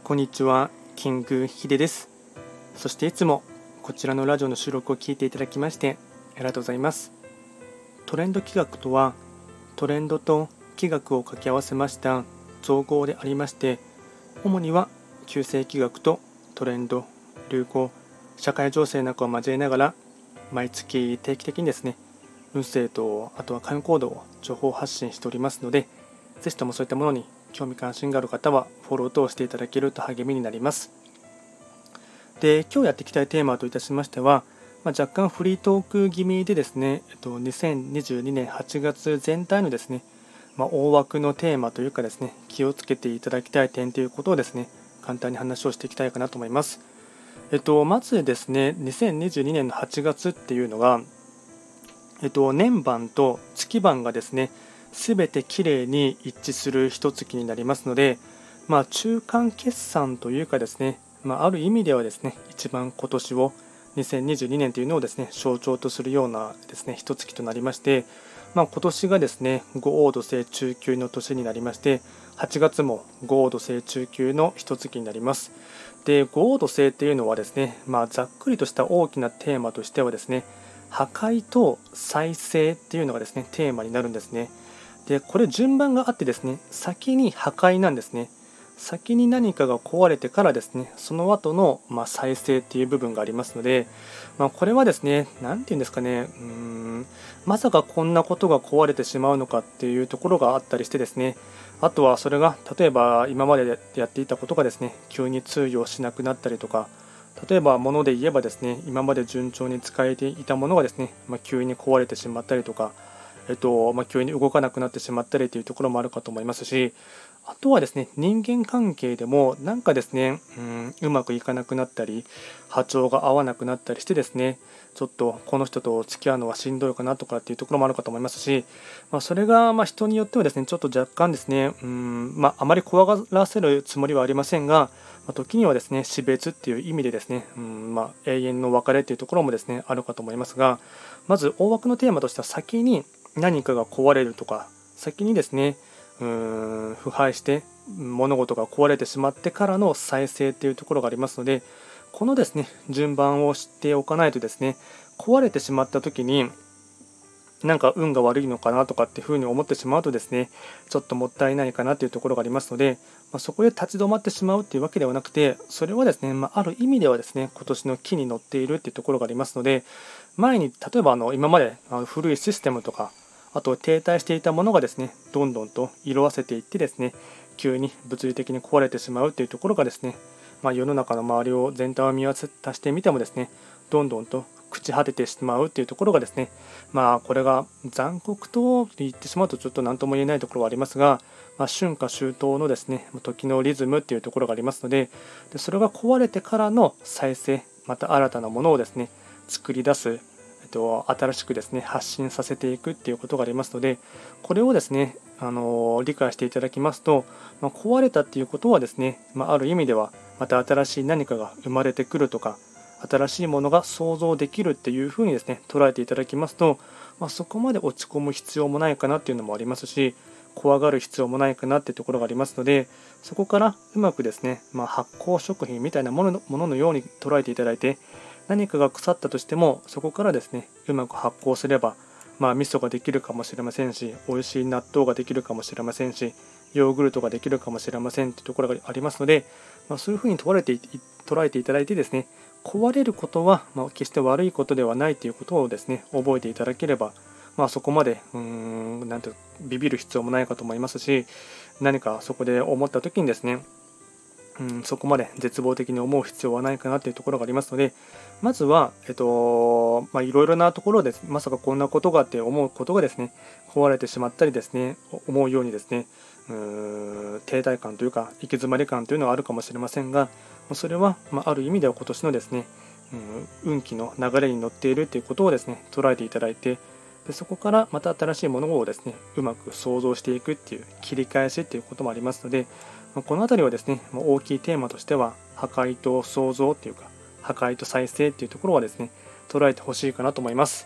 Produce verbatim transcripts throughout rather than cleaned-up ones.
こんにちは、キングヒデです。そしていつもこちらのラジオの収録を聞いていただきましてありがとうございます。トレンド企画とは、トレンドと企画を掛け合わせました造語でありまして、主には旧世企画とトレンド、流行、社会情勢などを交えながら、毎月定期的にですね、運勢とあとは開運行動を情報発信しておりますので、ぜひともそういったものに興味関心がある方はフォロー等していただけると励みになります。で、今日やっていきたいテーマといたしましては、まあ、若干フリートーク気味でですね、えっと、にせんにじゅうにねんはちがつ全体のですね、まあ、大枠のテーマというかですね、気をつけていただきたい点ということをですね、簡単に話をしていきたいかなと思います。えっと、まずですね、にせんにじゅうにねんのはちがつっていうのが、えっと、年番と月番がですね、すべてきれいに一致する一月になりますので、まあ、中間決算というかですね、まあ、ある意味ではですね、一番今年をにせんにじゅうにねんというのをですね、象徴とするようなですね、一月となりまして、まあ、今年がですね、五黄土星中級の年になりまして、はちがつも五黄土星中級の一月になります。で、五黄土星っていうのはですね、まあ、ざっくりとした大きなテーマとしてはですね、破壊と再生っていうのがですね、テーマになるんですね。で、これ順番があってですね、先に破壊なんですね。先に何かが壊れてからですね、その後の、まあ、再生っていう部分がありますので、まあ、これはですね、なんていうんですかね、うーん、まさかこんなことが壊れてしまうのかっていうところがあったりしてですね、あとはそれが例えば今までやっていたことがですね、急に通用しなくなったりとか、例えば物で言えばですね、今まで順調に使えていたものがですね、まあ、急に壊れてしまったりとか、えっとまあ、急に動かなくなってしまったりというところもあるかと思いますし、あとはですね、人間関係でもなんかですね、うん、うまくいかなくなったり、波長が合わなくなったりしてですね、ちょっとこの人と付き合うのはしんどいかなとかっていうところもあるかと思いますし、まあ、それがまあ人によってはですね、ちょっと若干ですね、うん、まあ、あまり怖がらせるつもりはありませんが、まあ、時にはですね、死別っていう意味でですね、うんまあ、永遠の別れっていうところもですね、あるかと思いますが、まず大枠のテーマとしては先に何かが壊れるとか、先にですね、うーん腐敗して物事が壊れてしまってからの再生っていうところがありますので、このですね順番を知っておかないとですね、壊れてしまった時になんか運が悪いのかなとかっていうふうに思ってしまうとですね、ちょっともったいないかなというところがありますので、まあ、そこで立ち止まってしまうっていうわけではなくて、それはですね、まあ、ある意味ではですね、今年の木に乗っているっていうところがありますので、前に例えばあの今まであの古いシステムとか、あと停滞していたものがですね、どんどんと色あせていってですね、急に物理的に壊れてしまうというところがですね、まあ、世の中の周りを全体を見渡してみてもですね、どんどんと朽ち果ててしまうというところがですね、まあこれが残酷と言ってしまうとちょっと何とも言えないところはありますが、まあ、春夏秋冬のですね、時のリズムっていうところがありますので、でそれが壊れてからの再生、また新たなものをですね、作り出す、えっと、新しくですね、発信させていくっていうことがありますので、これをですね、あの理解していただきますと、まあ、壊れたっていうことはですね、まあ、ある意味ではまた新しい何かが生まれてくるとか、新しいものが想像できるっていうふうにですね捉えていただきますと、まあ、そこまで落ち込む必要もないかなっていうのもありますし、怖がる必要もないかなっていうところがありますので、そこからうまくですね、まあ、発酵食品みたいなもののもののように捉えていただいて、何かが腐ったとしてもそこからですねうまく発酵すれば、まあ、味噌ができるかもしれませんし、美味しい納豆ができるかもしれませんし、ヨーグルトができるかもしれませんというところがありますので、まあ、そういうふうに捉えて捉えていただいてですね、壊れることは、まあ、決して悪いことではないということをですね覚えていただければ、まあ、そこまでうーんなんてビビる必要もないかと思いますし、何かそこで思った時にですね、うん、そこまで絶望的に思う必要はないかなというところがありますので、まずは、えっと、まあ、いろいろなところで、まさかこんなことがあって思うことがですね、壊れてしまったりですね、思うようにですね、うーん停滞感というか、行き詰まり感というのはあるかもしれませんが、それは、まあ、ある意味では今年のですね、うん、運気の流れに乗っているということをですね、捉えていただいて、でそこからまた新しいものをですね、うまく想像していくっていう切り返しっていうこともありますので、この辺りはですね、大きいテーマとしては、破壊と創造っていうか、破壊と再生っていうところはですね、捉えてほしいかなと思います。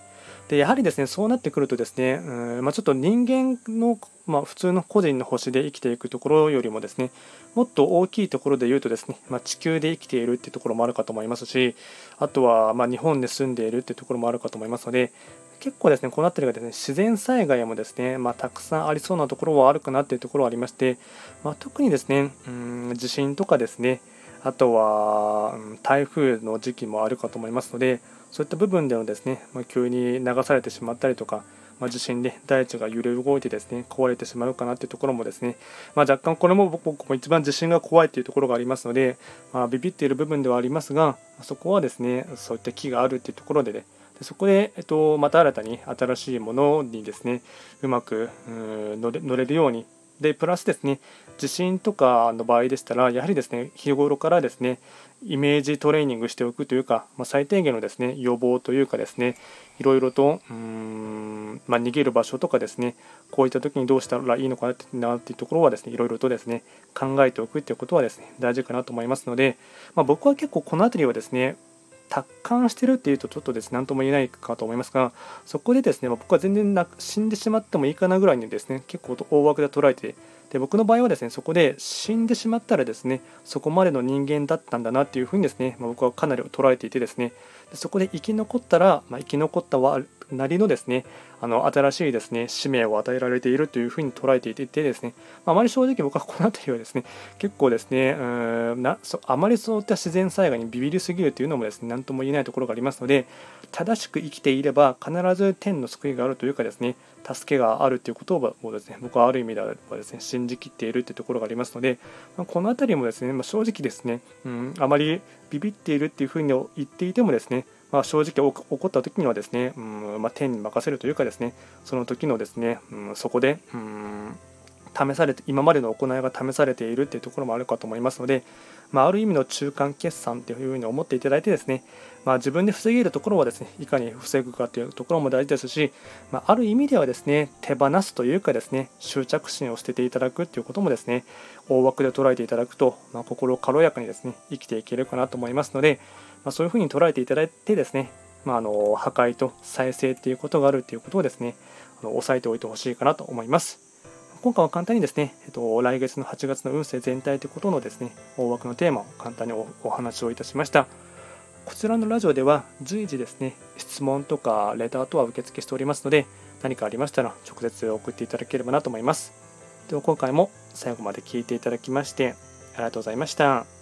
でやはりですね、そうなってくるとですね、うんまあ、ちょっと人間の、まあ、普通の個人の星で生きていくところよりもですね、もっと大きいところで言うとですね、まあ、地球で生きているっていうところもあるかと思いますし、あとはまあ日本で住んでいるっていうところもあるかと思いますので、結構ですね、この辺りがですね、自然災害もですね、まあ、たくさんありそうなところはあるかなっていうところはありまして、まあ、特にですね、うん地震とかですね、あとはうん台風の時期もあるかと思いますので、そういった部分でのですね、まあ、急に流されてしまったりとか、まあ、地震で大地が揺れ動いてですね、壊れてしまうかなというところもですね、まあ、若干これも僕も一番地震が怖いというところがありますので、まあ、ビビっている部分ではありますが、そこはですね、そういった木があるというところでね、でそこで、えっと、また新たに新しいものにですね、うまくうん乗れ乗れるように、でプラスですね、地震とかの場合でしたら、やはりですね、日頃からですね、イメージトレーニングしておくというか、まあ、最低限のですね、予防というかですね、いろいろとうーん、まあ、逃げる場所とかですね、こういった時にどうしたらいいのかなってなっていうところはですね、いろいろとですね、考えておくということはですね、大事かなと思いますので、まあ、僕は結構この辺りはですね、達観してるっていうとちょっとですね、何とも言えないかと思いますが、そこでですね、まあ僕は全然な死んでしまってもいいかなぐらいにですね、結構大枠で捉えて、で僕の場合はですね、そこで死んでしまったらですね、そこまでの人間だったんだなっていうふうにですね、まあ、僕はかなり捉えていてですね、でそこで生き残ったら、まあ、生き残ったはなりのですね、あの新しいですね、使命を与えられているというふうに捉えていてですね、まあ、あまり正直僕はこの辺りはですね、結構ですね、うーんなそあまりそういった自然災害にビビりすぎるというのもですね、何とも言えないところがありますので、正しく生きていれば必ず天の救いがあるというかですね、助けがあるということをですね、僕はある意味ではですね、信じきっているというところがありますので、まあ、この辺りもですね、まあ、正直ですね、うん、あまりビビっているっていうふうに言っていてもですね、まあ、正直起こった時にはですね、うんまあ、天に任せるというかですね、その時のですね、うん、そこで、うん試されて今までの行いが試されているというところもあるかと思いますので、まあ、ある意味の中間決算というふうに思っていただいてですね、まあ、自分で防げるところはですね、いかに防ぐかというところも大事ですし、まあ、ある意味ではですね、手放すというかですね、執着心を捨てていただくということもですね、大枠で捉えていただくと、まあ、心軽やかにですね、生きていけるかなと思いますので、まあ、そういうふうに捉えていただいてですね、まあ、あの破壊と再生ということがあるということをですね、あの押さえておいてほしいかなと思います。今回は簡単にですね、えっと、来月のはちがつの運勢全体ということのですね、大枠のテーマを簡単に お, お話をいたしました。こちらのラジオでは随時ですね、質問とかレター等は受付しておりますので、何かありましたら直接送っていただければなと思います。では今回も最後まで聞いていただきましてありがとうございました。